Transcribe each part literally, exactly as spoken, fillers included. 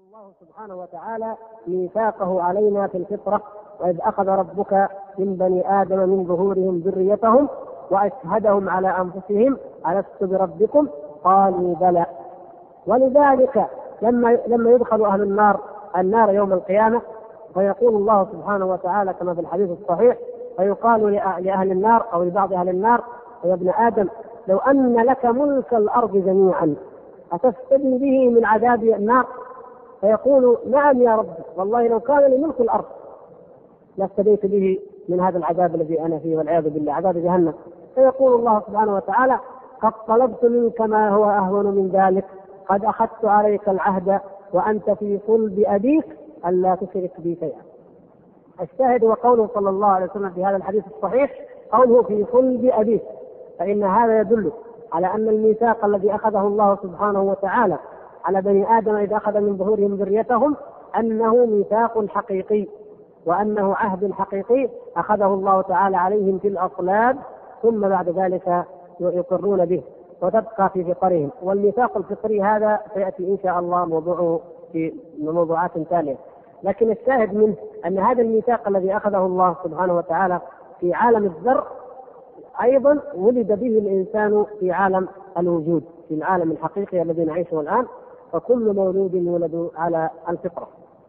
الله سبحانه وتعالى ميثاقه علينا في الفطرة، وإذ أخذ ربك من بني آدم من ظهورهم ذريتهم وأشهدهم على أنفسهم ألست بربكم قالوا بلى. ولذلك لما لما يدخل أهل النار النار يوم القيامة فيقول الله سبحانه وتعالى كما في الحديث الصحيح، فيقال لأهل النار أو لبعض أهل النار: يا ابن آدم لو أن لك ملك الأرض جميعا أتفتدي به من عذاب النار؟ فيقول: نعم يا رب، والله لو كان لي ملك الأرض لافتديت به من هذا العذاب الذي أنا فيه والعياذ بالله، عذاب جهنم. فيقول الله سبحانه وتعالى: قد طلبت منك ما هو أهون من ذلك، قد أخذت عليك العهد وأنت في صلب أبيك ألا تشرك بي شيئا. الشاهد وقوله صلى الله عليه وسلم في هذا الحديث الصحيح قوله في صلب أبيك، فإن هذا يدل على أن الميثاق الذي أخذه الله سبحانه وتعالى على بني آدم إذا أخذ من ظهورهم ذريتهم أنه ميثاق حقيقي، وأنه عهد حقيقي أخذه الله تعالى عليهم في الأصلاب، ثم بعد ذلك يقرون به وتبقى في فطرهم. والميثاق الفطري هذا سيأتي إن شاء الله موضوعه في موضوعات تالية، لكن الشاهد منه أن هذا الميثاق الذي أخذه الله سبحانه وتعالى في عالم الذر أيضا ولد به الإنسان في عالم الوجود، في العالم الحقيقي الذي نعيشه الآن، فكل مولود يولد على الفطرة.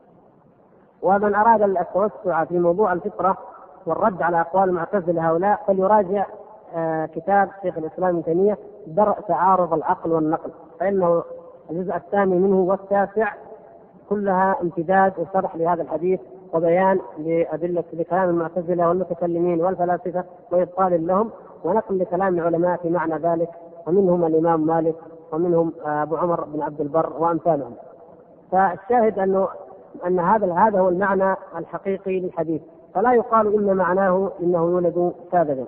ومن أراد التوسع في موضوع الفطرة والرد على أقوال المعتزلة هؤلاء فليراجع آه كتاب شيخ الإسلام ابن تيمية درء تعارض العقل والنقل، فإنه الجزء الثاني منه والتاسع كلها امتداد وشرح لهذا الحديث وبيان لأدلة لكلام المعتزلة والمتكلمين والفلاسفة وإبطال لهم ونقل لكلام العلماء في معنى ذلك، ومنهم الإمام مالك ومنهم أبو عمر بن عبد البر وأمثالهم. فالشاهد أنه أن هذا هذا هو المعنى الحقيقي للحديث، فلا يقال إن معناه إنه يولد ساذجا.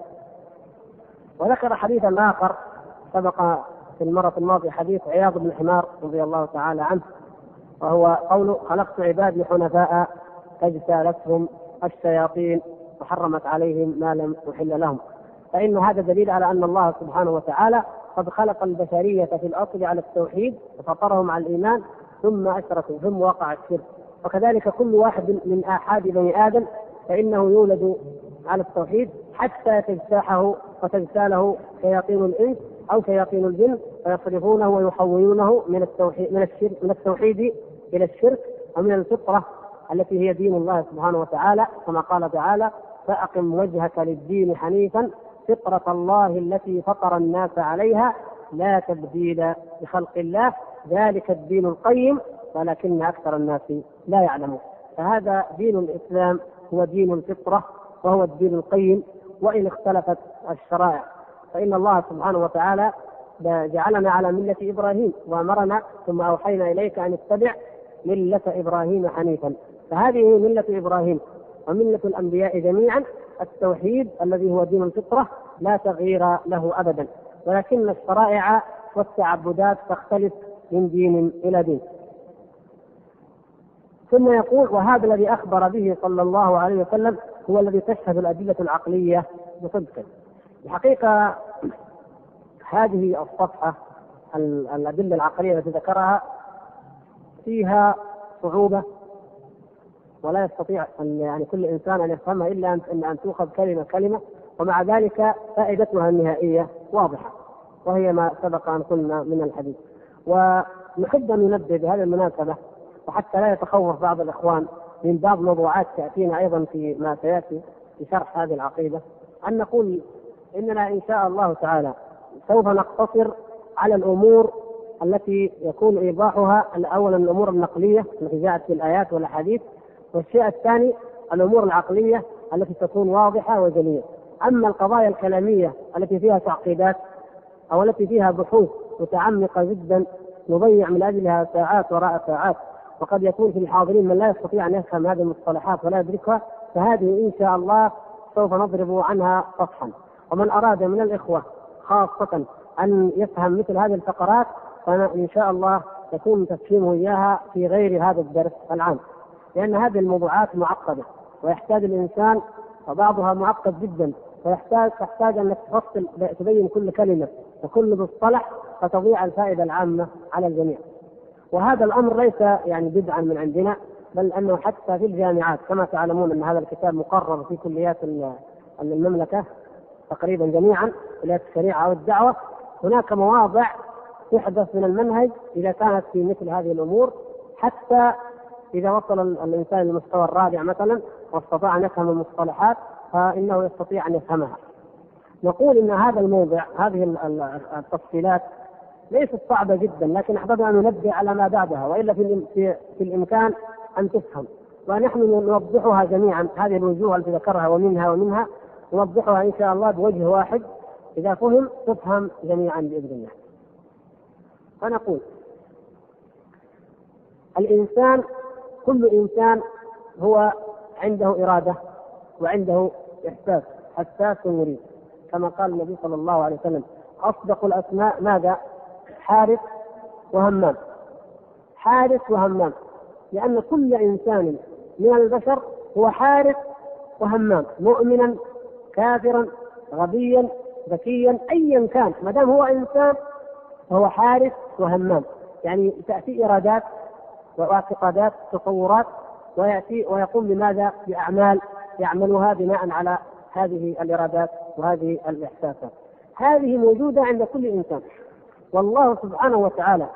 وذكر حديثا آخر سبق في المرة الماضية، حديث عياض بن حمار رضي الله تعالى عنه، وهو قوله: خلقت عبادي حنفاء فاجتالتهم الشياطين وحرمت عليهم ما لم أحل لهم. فإن هذا دليل على أن الله سبحانه وتعالى قد خلق البشرية في الأصل على التوحيد وفطرهم على الإيمان، ثم أشركوا ثم وقع الشرك. وكذلك كل واحد من آحاد بني آدم فإنه يولد على التوحيد حتى تجتاحه وتجتاله شياطين الإنس أو شياطين الجن فيصرفونه ويحولونه من التوحيد من الشرك من التوحيد إلى الشرك ومن الفطرة التي هي دين الله سبحانه وتعالى، كما قال تعالى: فأقم وجهك للدين حنيفا فطرة الله التي فطر الناس عليها لا تبديل لخلق الله ذلك الدين القيم ولكن أكثر الناس لا يعلمون. فهذا دين الإسلام هو دين الفطرة وهو الدين القيم، وإن اختلفت الشرائع فإن الله سبحانه وتعالى جعلنا على ملة إبراهيم وأمرنا: ثم أوحينا إليك أن اتبع ملة إبراهيم حنيفا. فهذه ملة إبراهيم وملة الأنبياء جميعا التوحيد الذي هو دين الفطرة لا تغيير له أبدا، ولكن الشرائع والتعبدات تختلف من دين إلى دين. ثم يقول: وهذا الذي أخبر به صلى الله عليه وسلم هو الذي تشهد الأدلة العقلية بصدقه. الحقيقة هذه الصفحة الأدلة العقلية التي ذكرها فيها صعوبة، ولا يستطيع أن يعني كل إنسان أن يفهمها إلا أن أن تؤخذ كلمة كلمة، ومع ذلك فائدتها النهائية واضحة، وهي ما سبق أن قلنا من الحديث. ونحب أن ننبه بهذه المناسبة، وحتى لا يتخوف بعض الإخوان من بعض موضوعات تأتينا أيضا في ما سيأتي في شرح هذه العقيدة، أن نقول إننا إن شاء الله تعالى سوف نقتصر على الأمور التي يكون إيضاحها أولا الأمور النقلية التي جاءت في الآيات والأحاديث، والشيء الثاني الأمور العقلية التي تكون واضحة وجلية. أما القضايا الكلامية التي فيها تعقيدات أو التي فيها بحوث متعمقة جدا نضيع من أجلها ساعات وراء ساعات، وقد يكون في الحاضرين من لا يستطيع أن يفهم هذه المصطلحات ولا يدركها، فهذه إن شاء الله سوف نضرب عنها صفحا. ومن أراد من الإخوة خاصة أن يفهم مثل هذه الفقرات فإن شاء الله يكون تفهيمه إياها في غير هذا الدرس العام، لأن هذه الموضوعات معقدة ويحتاج الإنسان، وبعضها معقد جدا، ويحتاج تحتاج أن تفصل تبين كل كلمة وكل مصطلح فتضيع الفائدة العامة على الجميع. وهذا الأمر ليس يعني بدعا من عندنا، بل أنه حتى في الجامعات كما تعلمون أن هذا الكتاب مقرر في كليات المملكة تقريبا جميعا، كليات الشريعة والدعوة، هناك مواضع تحدث من المنهج إذا كانت في مثل هذه الأمور، حتى إذا وصل الإنسان للمستوى الرابع مثلا واستطاع أن يفهم المصطلحات فإنه يستطيع أن يفهمها. نقول إن هذا الموضع، هذه التفصيلات ليست صعبة جدا، لكن أحببنا أن ننبه على ما بعدها، وإلا في, في, في الإمكان أن تفهم، ونحن نوضحها جميعا هذه الوجوه التي ذكرها ومنها ومنها نوضحها إن شاء الله بوجه واحد، إذا فهم تفهم جميعا بإذن الله. فنقول الإنسان، كل إنسان هو عنده إرادة وعنده إحساس، حساس يريد، كما قال النبي صلى الله عليه وسلم: أصدق الأسماء ماذا؟ حارس وهمام. حارس وهمام، لأن كل إنسان من البشر هو حارس وهمام، مؤمنا كافرا غبيا ذكيا أيا كان، ما دام هو إنسان فهو حارس وهمام. يعني تأتي إرادات واعتقادات تصورات، ويأتي ويقوم بماذا؟ بأعمال يعملها بناء على هذه الإرادات وهذه الإحساسات. هذه موجودة عند كل إنسان، والله سبحانه وتعالى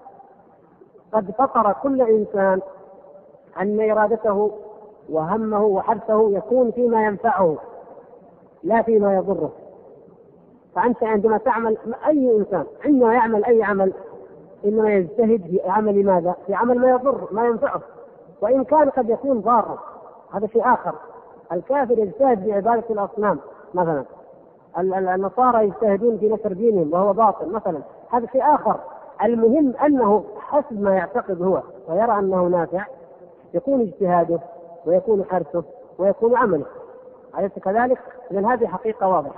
قد فطر كل إنسان أن إرادته وهمه وحرصه يكون فيما ينفعه لا فيما يضره. فأنت عندما تعمل، أي إنسان عندما يعمل أي عمل إنما يجتهد في عمل ماذا؟ في عمل ما يضر ما ينفعه، وإن كان قد يكون ضارا، هذا شيء آخر. الكافر يجتهد في عبادة الأصنام مثلا، النصارى يجتهدون في نشر دينهم وهو باطل مثلا، هذا شيء آخر. المهم أنه حسب ما يعتقد هو ويرى أنه نافع يكون اجتهاده ويكون حرصه ويكون عمله، أليس كذلك؟ إذن هذه حقيقة واضحة.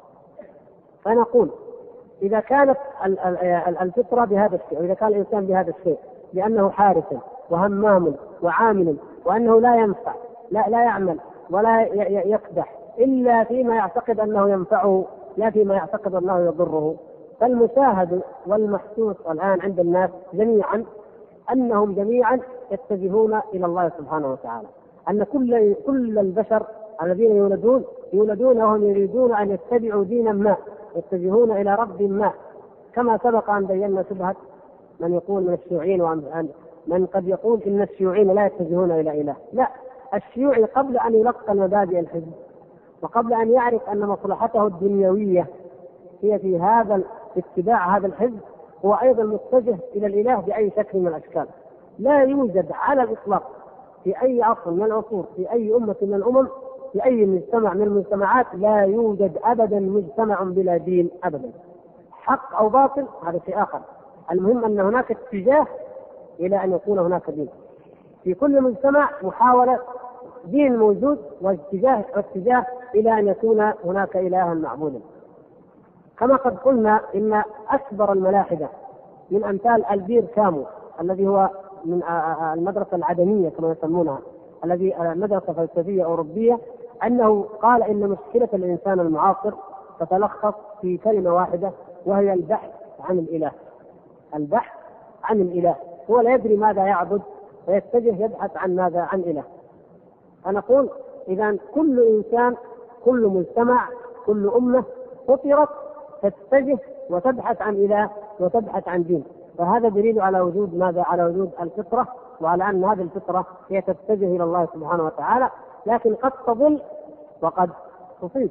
فنقول إذا كانت الفطرة بهذا الشيء، وإذا كان الإنسان بهذا الشيء لأنه حارس وهمام وعامل، وأنه لا ينفع لا لا يعمل ولا يقدح إلا فيما يعتقد أنه ينفعه لا فيما يعتقد أنه يضره، فالمشاهد والمحسوس الآن عند الناس جميعا أنهم جميعا يتجهون إلى الله سبحانه وتعالى، أن كل كل البشر الذين يولدون يولدون وهم يريدون أن يتبعوا دينا ما، يتجهون إلى رب ما، كما سبق أن بينا شبهة من يقول من الشيوعيين، ومن قد يقول إن الشيوعيين لا يتجهون إلى إله. لا، الشيوعي قبل أن يلقى مبادئ الحزب وقبل أن يعرف أن مصلحته الدنيوية هي في هذا اتباع هذا الحزب، هو أيضا متجه إلى الإله بأي شكل من الأشكال. لا يوجد على الإطلاق في أي عصر من العصور، في أي أمة من الأمم، في أي مجتمع من المجتمعات، لا يوجد أبدا مجتمع بلا دين أبدا، حق أو باطل هذا شيء آخر. المهم أن هناك اتجاه إلى أن يكون هناك دين في كل مجتمع، محاولة دين موجود واتجاه اتجاه إلى أن يكون هناك إلها معبودا. كما قد قلنا إن أكبر الملاحدة من أمثال البير كامو الذي هو من المدرسة العدمية كما يسمونها، الذي مدرسة فلسفية أوروبية، أنه قال إن مشكلة الإنسان المعاصر تتلخص في كلمة واحدة، وهي البحث عن الإله. البحث عن الإله، هو لا يدري ماذا يعبد ويتجه يبحث عن ماذا؟ عن إله. فنقول إذا كل إنسان، كل مجتمع، كل أمة فطرت تتجه وتبحث عن إله وتبحث عن دين، فهذا دليل على وجود ماذا؟ على وجود الفطرة، وعلى أن هذه الفطرة هي تتجه إلى الله سبحانه وتعالى، لكن قد تضل وقد تصيب.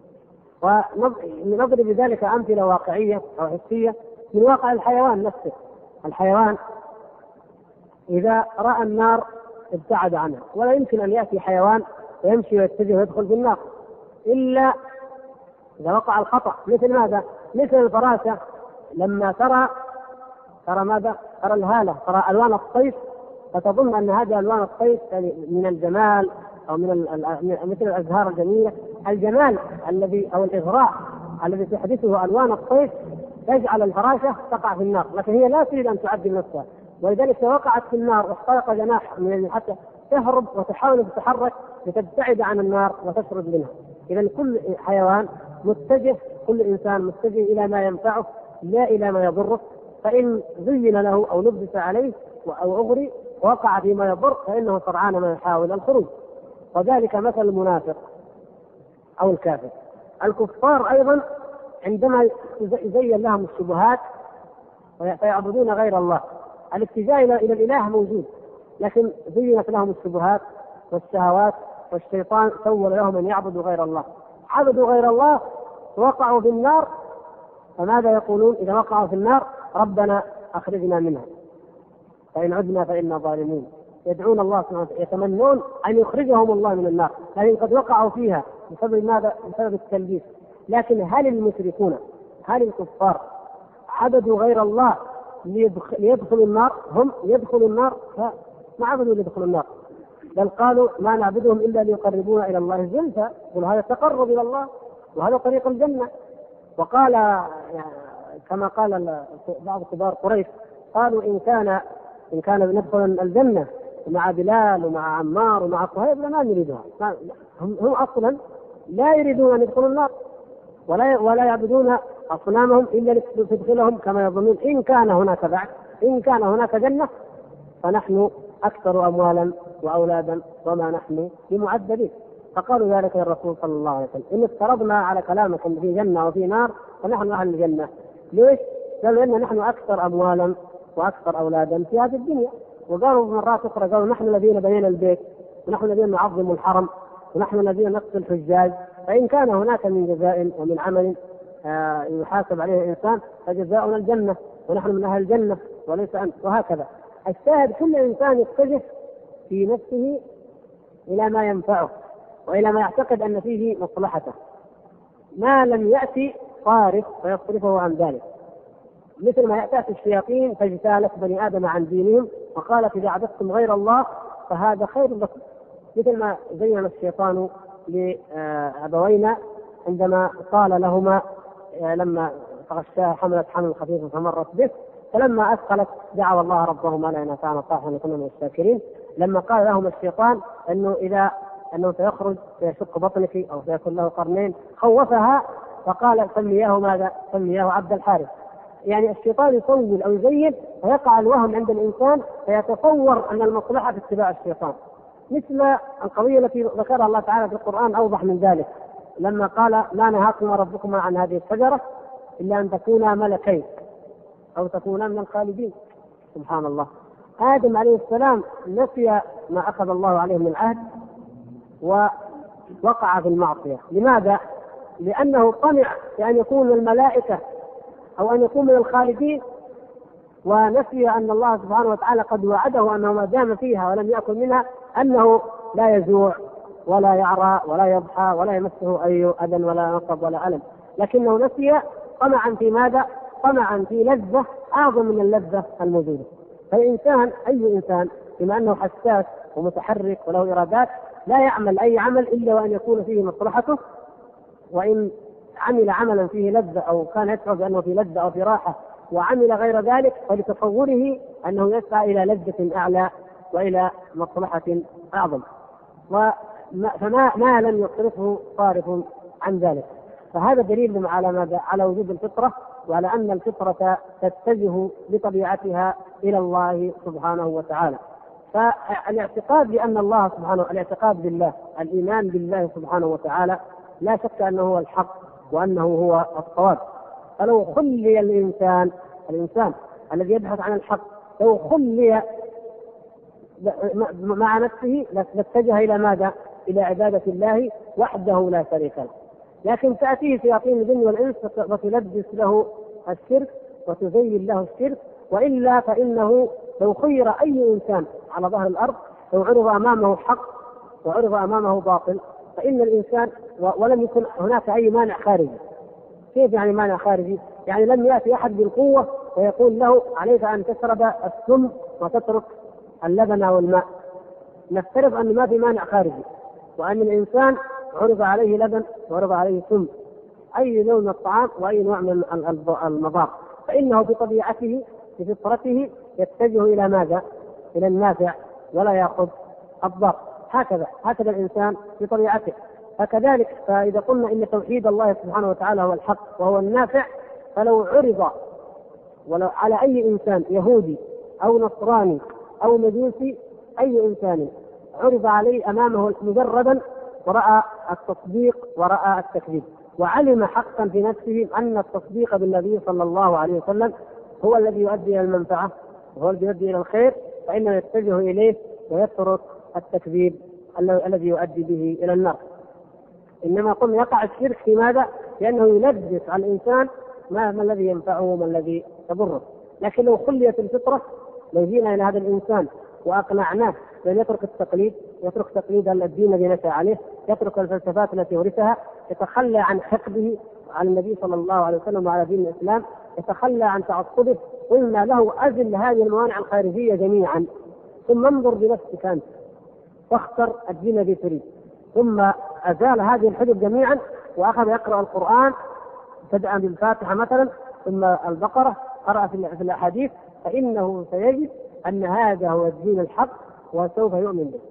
ونضرب بذلك أمثلة واقعية أو حسية من واقع الحيوان نفسه. الحيوان إذا رأى النار ابتعد عنها، ولا يمكن أن يأتي حيوان ويمشي ويتجه ويدخل في النار إلا إذا وقع الخطأ. مثل ماذا؟ مثل الفراشة لما ترى ترى ماذا؟ ترى الهالة، ترى ألوان الصيف، فتظن أن هذه ألوان الصيف من الجمال أو من مثل الأزهار الجميلة. الجمال الذي أو الإغراء الذي تحدثه ألوان الصيف تجعل الفراشة تقع في النار، لكن هي لا تريد أن تعدل نفسها، ولذلك وقعت في النار واخترق جناح حتى تهرب وتحاول تتحرك لتبتعد عن النار وتشرد منها. إذا كل حيوان متجه، كل إنسان متجه إلى ما ينفعه لا إلى ما يضره، فإن زين له أو لبس عليه أو أغري ووقع فيما يضر فإنه سرعان ما يحاول الخروج. وذلك مثل المنافق أو الكافر. الكفار أيضا عندما يزين لهم الشبهات فيعبدون غير الله، الاتجاه إلى الإله موجود، لكن زينت لهم الشبهات والشهوات والشيطان سول لهم أن يعبدوا غير الله، عبدوا غير الله وقعوا في النار. فماذا يقولون إذا وقعوا في النار؟ ربنا أخرجنا منها فإن عدنا فإنا ظالمون. يدعون الله سبحانه وتعالى، يتمنون أن يخرجهم الله من النار، لكن قد وقعوا فيها بسبب ماذا؟ بسبب التلبيس. لكن هل المشركون هل الكفار عبدوا غير الله ليدخلوا النار؟ هم يدخلوا النار فما عبدوا ليدخلوا النار، بل قالوا ما نعبدهم إلا ليقربونا إلى الله زلفى، قل هذا تقرب إلى الله وهذا طريق الجنة. وقال يعني كما قال بعض كبار قريش قالوا إن كان إن كان ندخل الجنة مع بلال ومع عمار ومع صهيب ما نريدها. هم, هم أصلا لا يريدون أن يدخلوا النار ولا ولا يعبدون أصنامهم إلا لتدخلهم كما يظنون. إن كان هناك بعد إن كان هناك جنة فنحن أكثر أموالا وأولادا وما نحن بمعذبين. فقالوا ذلك للرسول صلى الله عليه وسلم إن افترضنا على كلامك أن في جنة وفي نار فنحن أهل الجنة. ليش؟ قالوا إن نحن أكثر أموالا وأكثر أولادا في هذه الدنيا. وقالوا مرات أخرى قالوا نحن الذين بنينا البيت ونحن الذين نعظم الحرم ونحن الذين نقتل الحجاج، فإن كان هناك من جزاء ومن عمل آه يحاسب عليه الإنسان فجزاؤنا الجنة ونحن من أهل الجنة وليس أنت. وهكذا الشاهد كل إنسان يتجه في نفسه إلى ما ينفعه وإلى ما يعتقد أن فيه مصلحته، ما لم يأتي صارف فيصرفه عن ذلك. مثل ما يأتي الشياطين فاجتالت بني آدم عن دينهم وقالت إذا عبدتم غير الله فهذا خير لكم، مثل ما زين الشيطان لأبوينا عندما قال لهما لما تغشاها حملت حمل خفيف فمرت به فلما أثقلت دعوا الله ربهما لئن آتانا صالحا لكنا من الشاكرين. لما قال لهما الشيطان أنه إذا أنه سيخرج سيشق بطنك أو سيكون له قرنين خوفها فقال سمياه ماذا؟ سمياه عبد الحارث. يعني الشيطان يصور أو يزين فيقع الوهم عند الإنسان فيتصور أن المصلحة في اتباع الشيطان، مثل القضية التي ذكرها الله تعالى في القرآن أوضح من ذلك لما قال ما نهاكما ربكما عن هذه الشجرة إلا أن تكونا ملكين أو تكونا من الخالدين. سبحان الله. آدم عليه السلام نسي ما أخذ الله عليه من العهد ووقع في المعصية. لماذا؟ لأنه طمع بأن يكون من الملائكة أو أن يكون من الخالدين، ونسي أن الله سبحانه وتعالى قد وعده أنه ما دام فيها ولم يأكل منها أنه لا يجوع ولا يعرى ولا يضحى ولا يمسه أي أذى ولا نصب ولا ألم، لكنه نسي طمعا في ماذا؟ طمعا في لذة أعظم من اللذة الموجودة. فالإنسان أي إنسان بما أنه حساس ومتحرك وله إرادات لا يعمل أي عمل إلا وأن يكون فيه مصلحته، وإن عمل عملا فيه لذة أو كان يشعر بأنه في لذة أو في راحة وعمل غير ذلك فلتصوره أنه يسعى إلى لذة أعلى وإلى مصلحة أعظم، فما ما لم يصرفه صارف عن ذلك. فهذا دليل على ماذا؟ على وجود الفطرة وعلى أن الفطرة تتجه بطبيعتها إلى الله سبحانه وتعالى. فالاعتقاد بأن الله سبحانه الاعتقاد بالله الإيمان بالله سبحانه وتعالى لا شك أنه هو الحق وأنه هو الصواب. فلو خلي الإنسان الإنسان الذي يبحث عن الحق لو خلي مع نفسه لاتجه إلى ماذا؟ إلى عبادة الله وحده لا شريك له. لكن تأتيه شياطين الجن والإنس وتلبس له الشرك وتزين له الشرك، وإلا فإنه لو خير أي إنسان على ظهر الأرض لو عرض أمامه حق وعرض أمامه باطل فإن الإنسان ولم يكن هناك أي مانع خارجي. كيف يعني مانع خارجي؟ يعني لم يأتي أحد بالقوة ويقول له عليك أن تشرب السم وتترك اللبن والماء. نفترض أن ما في مانع خارجي وأن الإنسان عرض عليه لبن وعرض عليه سم أي نوع من الطعام وأي نوع من المضار، فإنه بطبيعته بفطرته يتجه إلى ماذا؟ إلى النافع ولا يأخذ الضار. هكذا هكذا الإنسان بطبيعته. فكذلك فإذا قلنا إن توحيد الله سبحانه وتعالى هو الحق وهو النافع، فلو عرض ولو على أي إنسان يهودي أو نصراني أو مجوسي، أي إنسان عرض عليه أمامه مجردا ورأى التصديق ورأى التكذيب وعلم حقا في نفسه أن التصديق بالنبي صلى الله عليه وسلم هو الذي يؤدي إلى المنفعة وهو الذي يؤدي إلى الخير، فإنه يتجه إليه ويترك التكذيب الذي يؤدي به إلى النار. إنما قلنا يقع الشرك في ماذا؟ لأنه يلبس على الإنسان ما, ما الذي ينفعه وما الذي يضره. لكن لو خليت الفطرة، لو جينا إلى هذا الإنسان وأقنعناه بأن يترك التقليد، يترك تقليد الدين الذي نشأ عليه، يترك الفلسفات التي ورثها، يتخلى عن حقده على النبي صلى الله عليه وسلم وعلى دين الإسلام، يتخلى عن تعصبه، قلنا له أزل هذه الموانع الخارجية جميعا، ثم انظر بنفسك أنت واختر الدين الذي تريد. ثم أزال هذه الحجب جميعا وأخذ يقرأ القرآن بدءا بالفاتحة مثلا ثم البقرة، قرأ في الأحاديث، فإنه سيجد أن هذا هو الدين الحق وسوف يؤمن به.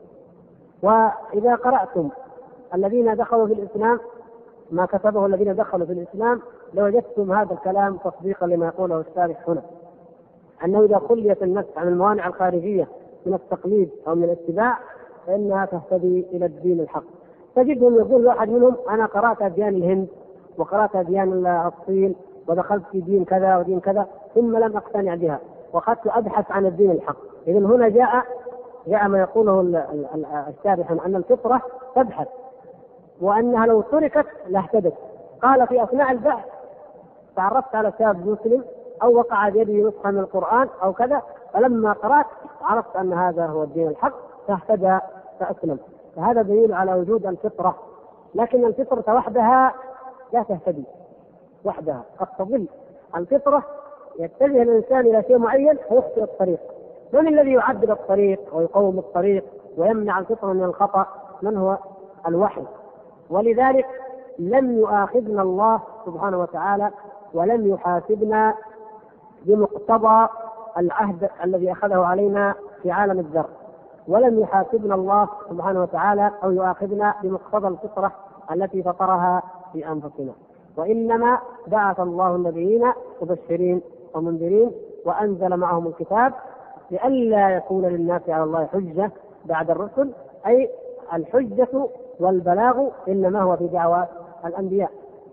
وإذا قرأتم الذين دخلوا في الإسلام ما كتبه الذين دخلوا في الإسلام لوجدتم هذا الكلام تصديقا لما يقوله الشارح هنا، أنه إذا خليت النفس عن الموانع الخارجية من التقليد أو من الاتباع فإنها تهتدي إلى الدين الحق. تجدهم يقول واحد منهم أنا قرأت أديان الهند وقرأت أديان الصين ودخلت في دين كذا ودين كذا ثم لم أقتنع بها وأخذت أبحث عن الدين الحق. إذن هنا جاء جاء ما يقوله الشارح أن الفطرة تبحث وأنها لو تركت لاهتدت. قال في أثناء البحث تعرفت على شاب مسلم أو وقع بيده نسخة من القرآن أو كذا، فلما قرأت عرفت أن هذا هو الدين الحق فاهتدى فأسلم. فهذا دليل على وجود الفطرة، لكن الفطرة وحدها لا تهتدي وحدها، قد تضل. الفطرة يتجه الإنسان إلى شيء معين فيخطئ الطريق. من الذي يعدل الطريق ويقوم الطريق ويمنع الفطرة من الخطأ؟ من هو؟ الوحي. ولذلك لم يؤاخذنا الله سبحانه وتعالى ولم يحاسبنا بمقتضى العهد الذي أخذه علينا في عالم الذر، ولم يحاسبنا الله سبحانه وتعالى أو يؤاخذنا بمقتضى الفطرة التي فطرها في أنفسنا، وإنما بعث الله النبيين مبشرين ومنذرين وأنزل معهم الكتاب لئلا يكون للناس على الله حجة بعد الرسل، أي الحجة والبلاغ إنما هو في دعوة الأنبياء.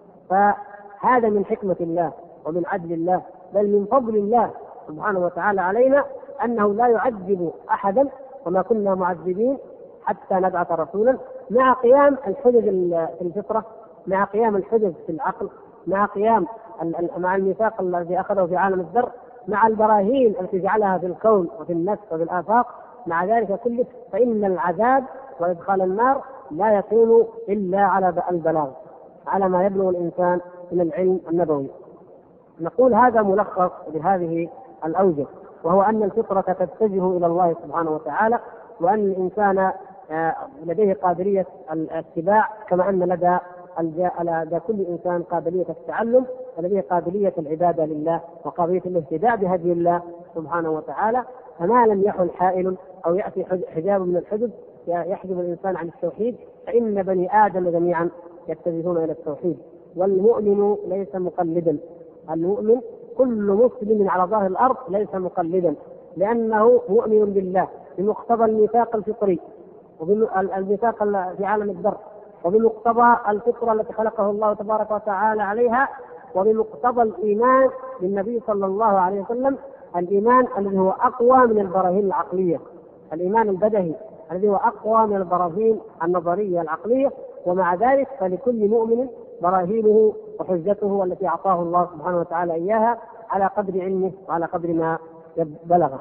فهذا من حكمة الله ومن عدل الله، بل من فضل الله سبحانه وتعالى علينا أنه لا يعذب أحدا وما كنا معذبين حتى نبعث رسولا، مع قيام الحجج في الفطرة، مع قيام الحجج في العقل، مع قيام مع الميثاق الذي أخذه في عالم الذر، مع البراهين التي جعلها في الكون وفي النفس وفي الآفاق. مع ذلك كله فإن العذاب وإدخال النار لا يكون إلا على البلاغ، على ما يبلغ الإنسان من العلم النبوي. نقول هذا ملخص لهذه الأوجه، وهو أن الفطرة تتجه إلى الله سبحانه وتعالى، وأن الإنسان لديه قابلية الاتباع كما أن لدى لدى كل إنسان قابلية التعلم، ولديه قابلية العبادة لله وقابلية الاهتداء بهدي الله سبحانه وتعالى. فما لم يحل حائل أو يأتي حجاب من الحجب يحجب الإنسان عن التوحيد، فإن بني آدم جميعا يتجهون إلى التوحيد. والمؤمن ليس مقلدا، المؤمن كل مسلم على ظهر الأرض ليس مقلدا، لأنه مؤمن بالله بمقتضى الميثاق الفطري والميثاق في عالم الذر، وبمقتضى الفطرة التي خلقه الله تبارك وتعالى عليها، وبمقتضى الإيمان بالنبي صلى الله عليه وسلم، الإيمان الذي هو أقوى من البراهين العقلية، الإيمان البدهي الذي هو أقوى من البراهين النظرية العقلية. ومع ذلك فلكل مؤمن براهينه وحجته التي أعطاه الله سبحانه وتعالى إياها على قدر علمه وعلى قدر ما بلغه.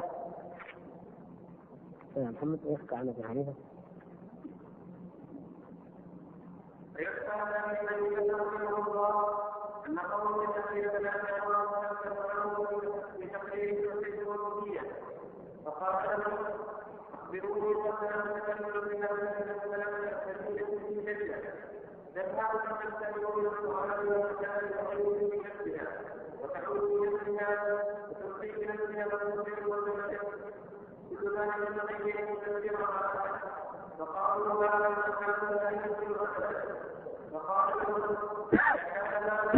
يا محمد يحكي عنه في حديثه. أن قوم الذين تنازعوا الله بتقرير الربوبية فقال لهم أخبروني وأنا أتكلم من الذين في جدة تذهب تستمعون القرآن وتعالى تعود بنفسها وتعود بنفسها وتلقي بنفسها وتصبر وتنشر كل ما ينبغي أن يكبرها. فقالوا هذا سبحانه لا يمكن أبدا. فقال لهم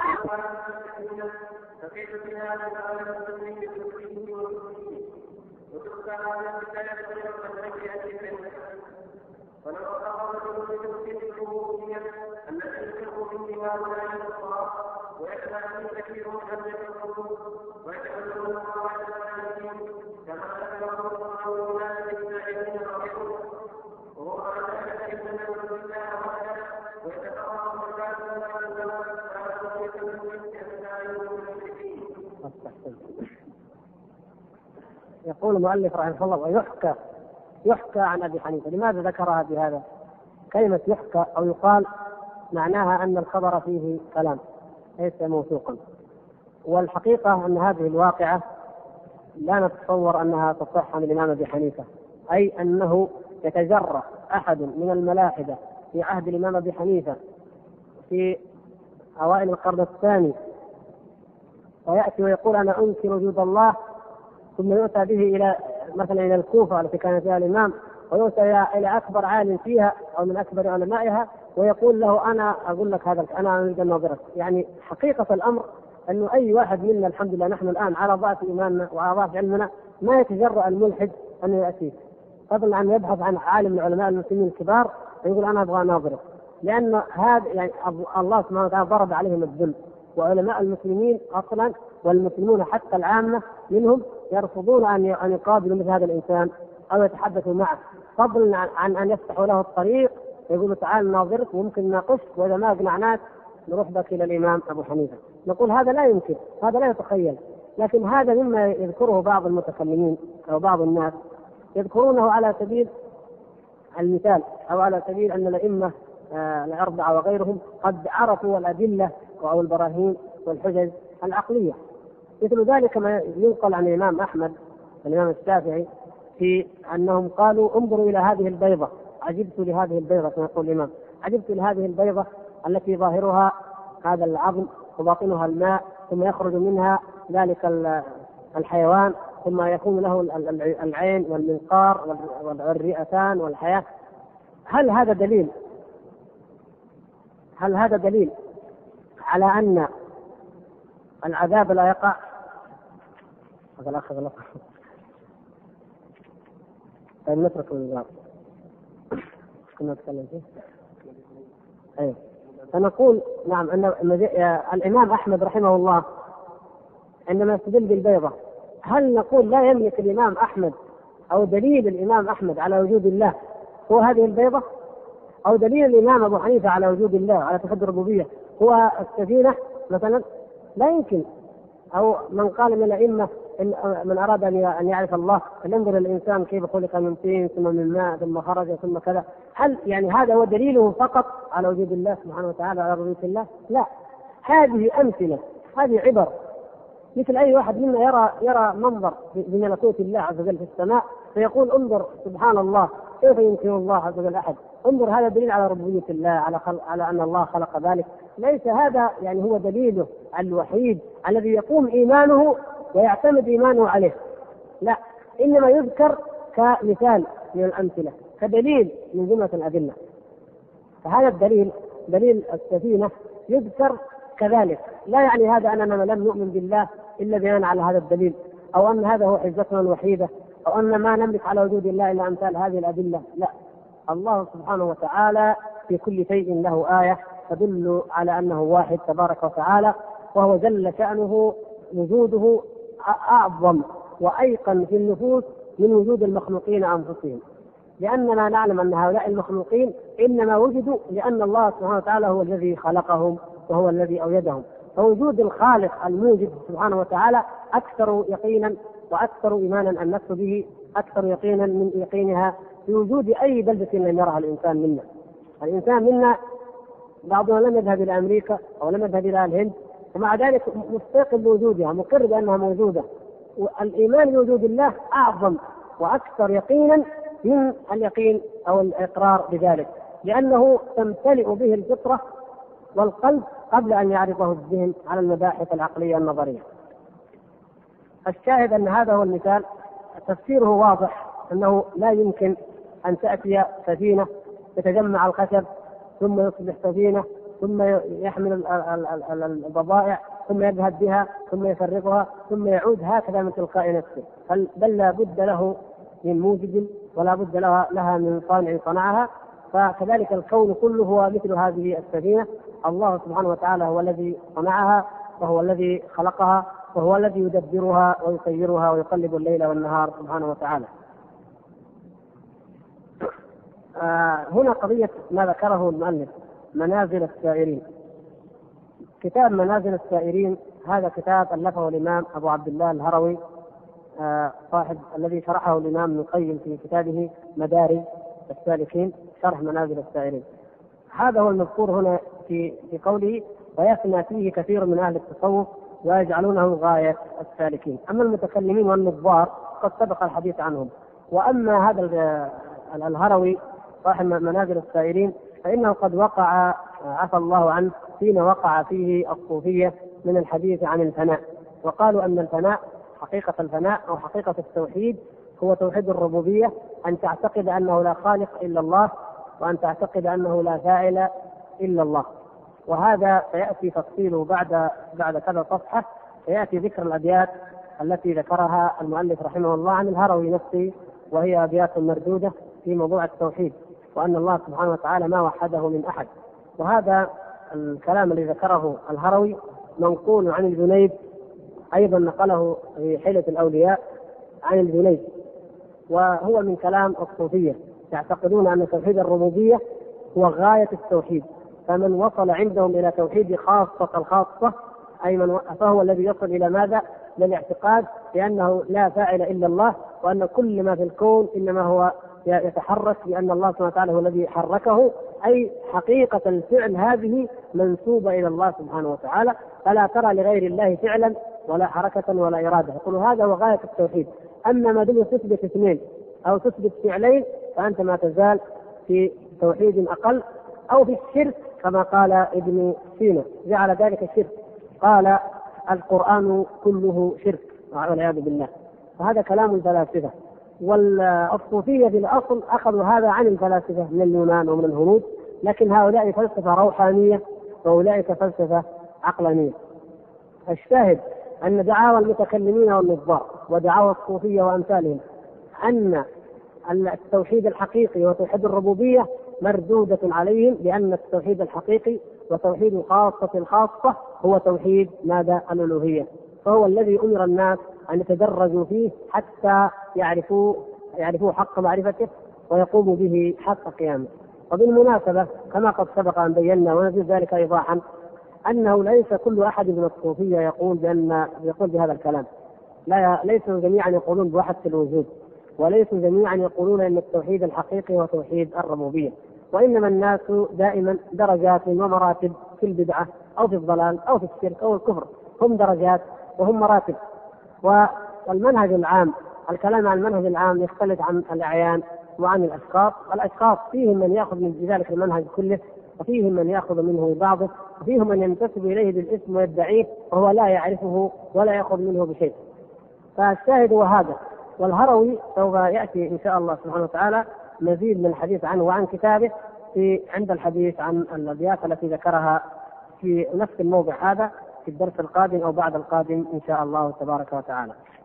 فكيف بهذا العالم الذي يدخله ويخرجه ولو أخذ بتوحيد الربوبية التي يفرق من دماغ الله ويأتى به كثير من أهل القلوب ويتكلمون عن العالمين كما ذكره الله تعالى للسائلين الرحيم وهو على ذلك يتكلم بالله وحده ويتفرق بالذات الله تعالى ويتكلم بالله والمشركين. يقول المؤلف رحمه الله ويحكى يحكى عن أبي حنيفة. لماذا ذكرها بهذا؟ كلمة يحكى أو يقال معناها أن الخبر فيه كلام ليس موثوقا، والحقيقة أن هذه الواقعة لا نتصور أنها تصح عن الإمام أبي حنيفة، أي أنه يتجرأ أحد من الملاحدة في عهد الإمام أبي حنيفة في أوائل القرن الثاني ويأتي ويقول أنا أنكر وجود الله، ثم يؤتى به إلى مثلا إلى الكوفة التي كان فيها الإمام ويؤتى إلى أكبر عالم فيها أو من أكبر علمائها ويقول له أنا أقول لك هذا أنا أريد أن أناظرك. يعني حقيقة الأمر أنه أي واحد منا الحمد لله نحن الآن على ضعف إيماننا وعلى ضعف علمنا ما يتجرأ الملحد أن يأتيه، فضلا عن يبحث عن عالم من علماء المسلمين الكبار ويقول أنا أبغى أناظرك، لأن هذا يعني الله سبحانه وتعالى ضرب عليهم الذل، وعلماء المسلمين أصلا والمسلمون حتى العامة منهم يرفضون أن يقابلوا مثل هذا الإنسان أو يتحدثوا معه، فضلا عن أن يفتحوا له الطريق يقولوا تعال ناظرك وممكن ناقشك وإذا ما أقنعناك نروح بك إلى الإمام أبو حنيفة. نقول هذا لا يمكن، هذا لا يتخيل، لكن هذا مما يذكره بعض المتكلمين أو بعض الناس يذكرونه على سبيل المثال أو على سبيل أن الأئمة الأربعة وغيرهم قد عرفوا الأدلة أو البراهين والحجج العقلية. مثل ذلك ما ينقل عن الإمام أحمد الإمام الشافعي في أنهم قالوا انظروا إلى هذه البيضة، عجبت لهذه البيضة كما يقول الإمام، عجبت لهذه البيضة التي ظاهرها هذا العظم وباطنها الماء ثم يخرج منها ذلك الحيوان ثم يكون له العين والمنقار والرئتان والحياة. هل هذا دليل هل هذا دليل على أن العذاب لا يقع؟ هذا الأخ غلط. طيب نترك الجواب. كنا نتكلم فيه. أيوه. فنقول نعم أن الإمام أحمد رحمه الله عندما يستدل بالبيضة هل نقول لا يملك الإمام أحمد أو دليل الإمام أحمد على وجود الله هو هذه البيضة، أو دليل الإمام أبو حنيفة على وجود الله على توحيد الربوبية هو السفينة مثلا؟ لا يمكن. أو من قال من الأئمة إن من أراد أن يعرف الله فلينظر الإنسان كيف خلق من طين ثم من ماء ثم خرج ثم كذا. هل يعني هذا هو دليله فقط على وجود الله سبحانه وتعالى على ربوبية الله؟ لا، هذه أمثلة، هذه عبر، مثل أي واحد منا يرى يرى منظر بملكوت الله عز وجل في السماء فيقول انظر سبحان الله كيف يمكن الله عز وجل أحد، انظر هذا دليل على ربوبية الله على خلق على أن الله خلق ذلك. ليس هذا يعني هو دليله الوحيد الذي يقوم إيمانه ويعتمد إيمانه عليه، لا، إنما يذكر كمثال من الأمثلة كدليل من جملة الأدلة. فهذا الدليل دليل السفينة يذكر كذلك، لا يعني هذا أننا لم نؤمن بالله إلا بناء على هذا الدليل، أو أن هذا هو حجتنا الوحيدة، أو أن ما نملك على وجود الله إلا أمثال هذه الأدلة. لا، الله سبحانه وتعالى في كل شيء له آية تدل على أنه واحد تبارك وتعالى، وهو جل شأنه وجوده أعظم وأيقن في النفوس من وجود المخلوقين أنفسهم، لأننا نعلم أن هؤلاء المخلوقين إنما وجدوا لأن الله سبحانه وتعالى هو الذي خلقهم وهو الذي أوجدهم. فوجود الخالق الموجد سبحانه وتعالى أكثر يقينا وأكثر إيمانا النفس به أكثر يقينا من يقينها في وجود أي بلدة لم يرها الإنسان منا. الإنسان منا بعضنا لم يذهب إلى أمريكا أو لم يذهب إلى الهند ومع ذلك مستيقن بوجودها مقر بأنها موجودة. والإيمان بوجود الله أعظم وأكثر يقينا من اليقين أو الإقرار بذلك، لأنه تمتلئ به الفطرة والقلب قبل أن يعرضه الذهن على المباحث العقلية النظرية. الشاهد أن هذا هو المثال، تفسيره واضح أنه لا يمكن أن تأتي سفينة يتجمع الخشب ثم يصبح سفينة ثم يحمل البضائع ثم يذهب بها ثم يفرقها ثم يعود هكذا من تلقاء نفسه، بل لا بد له من موجد ولا بد لها من صانع صنعها. فكذلك الكون كله هو مثل هذه السفينة. الله سبحانه وتعالى هو الذي صنعها، وهو الذي خلقها، وهو الذي يدبرها ويسيرها ويقلب الليل والنهار سبحانه وتعالى. آه هنا قضية ما ذكره المؤلف منازل السائرين. كتاب منازل السائرين هذا كتاب ألفه الإمام أبو عبد الله الهروي، آه صاحب الذي شرحه الإمام ابن القيم في كتابه مدارج السالكين شرح منازل السائرين. هذا هو المذكور هنا في في قوله ويثنى فيه كثير من أهل التصوف ويجعلونه غاية السالكين. أما المتكلمين والنظار قد سبق الحديث عنهم. وأما هذا الهروي صاحب منازل السائرين فإنه قد وقع عفى الله عنه فيما وقع فيه الصوفية من الحديث عن الفناء، وقالوا أن الفناء حقيقة الفناء أو حقيقة التوحيد هو توحيد الربوبية، أن تعتقد أنه لا خالق إلا الله، وأن تعتقد أنه لا فاعل إلا الله. وهذا سيأتي تفصيله بعد بعد كذا صفحة، سيأتي ذكر الأبيات التي ذكرها المؤلف رحمه الله عن الهروي نفسه، وهي أبيات مردودة في موضوع التوحيد، وأن الله سبحانه وتعالى ما وحده من أحد. وهذا الكلام الذي ذكره الهروي منقول عن الجنيد، أيضا نقله في حيلة الأولياء عن الجنيد، وهو من كلام الصوفية، يعتقدون أن توحيد الربوبية هو غاية التوحيد، فمن وصل عندهم إلى توحيد خاصة الخاصة أي من فهو الذي يصل إلى ماذا؟ للاعتقاد بأنه لا فاعل إلا الله، وأن كل ما في الكون إنما هو يتحرك لأن الله سبحانه وتعالى هو الذي حركه، أي حقيقة الفعل هذه منسوبة إلى الله سبحانه وتعالى، فلا ترى لغير الله فعلا ولا حركة ولا إرادة. يقول هذا هو غاية التوحيد. أما ما دام تثبت اثنين أو تثبت فعلين فأنت ما تزال في توحيد أقل أو في الشرك، كما قال ابن سينا جعل ذلك الشرك، قال القرآن كله شرك والعياذ بالله. فهذا كلام الفلاسفة، والصوفية في الأصل أخذوا هذا عن الفلاسفة من اليونان ومن الهنود، لكن هؤلاء فلسفة روحانية وأولئك فلسفة عقلانية. الشاهد أن دعاوى المتكلمين والنظار ودعاوى الصوفية وأمثالهم أن التوحيد الحقيقي وتوحيد الربوبية مردودة عليهم، لأن التوحيد الحقيقي وتوحيد الخاصة الخاصة هو توحيد ماذا؟ الألوهية، فهو الذي أمر الناس أن يتدرجوا فيه حتى يعرفوا يعرفوا حق معرفته ويقوموا به حق قيامه. وبالمناسبة كما قد سبق أن بينا ونزيد ذلك إيضاحا أنه ليس كل أحد من الصوفية يقول بأن يقول بهذا الكلام، لا ليسوا جميعا يقولون بوحدة الوجود، وليسوا جميعا يقولون أن التوحيد الحقيقي هو توحيد الربوبية، وإنما الناس دائما درجات ومراتب في البدعة أو في الضلال أو في الشرك أو الكفر، هم درجات وهم مراتب. والمنهج العام الكلام عن المنهج العام يختلف عن الأعيان وعن الأشخاص. الأشخاص فيهم من يأخذ من ذلك المنهج كله، وفيهم من يأخذ منه بعضه، وفيهم من ينتسب إليه بالاسم ويدعيه وهو لا يعرفه ولا يأخذ منه بشيء. فالشاهد هو هذا. والهروي سوف يأتي إن شاء الله سبحانه وتعالى مزيد من الحديث عنه وعن كتابه في عند الحديث عن الأبيات التي ذكرها في نفس الموضع هذا في الدرس القادم أو بعد القادم إن شاء الله تبارك وتعالى.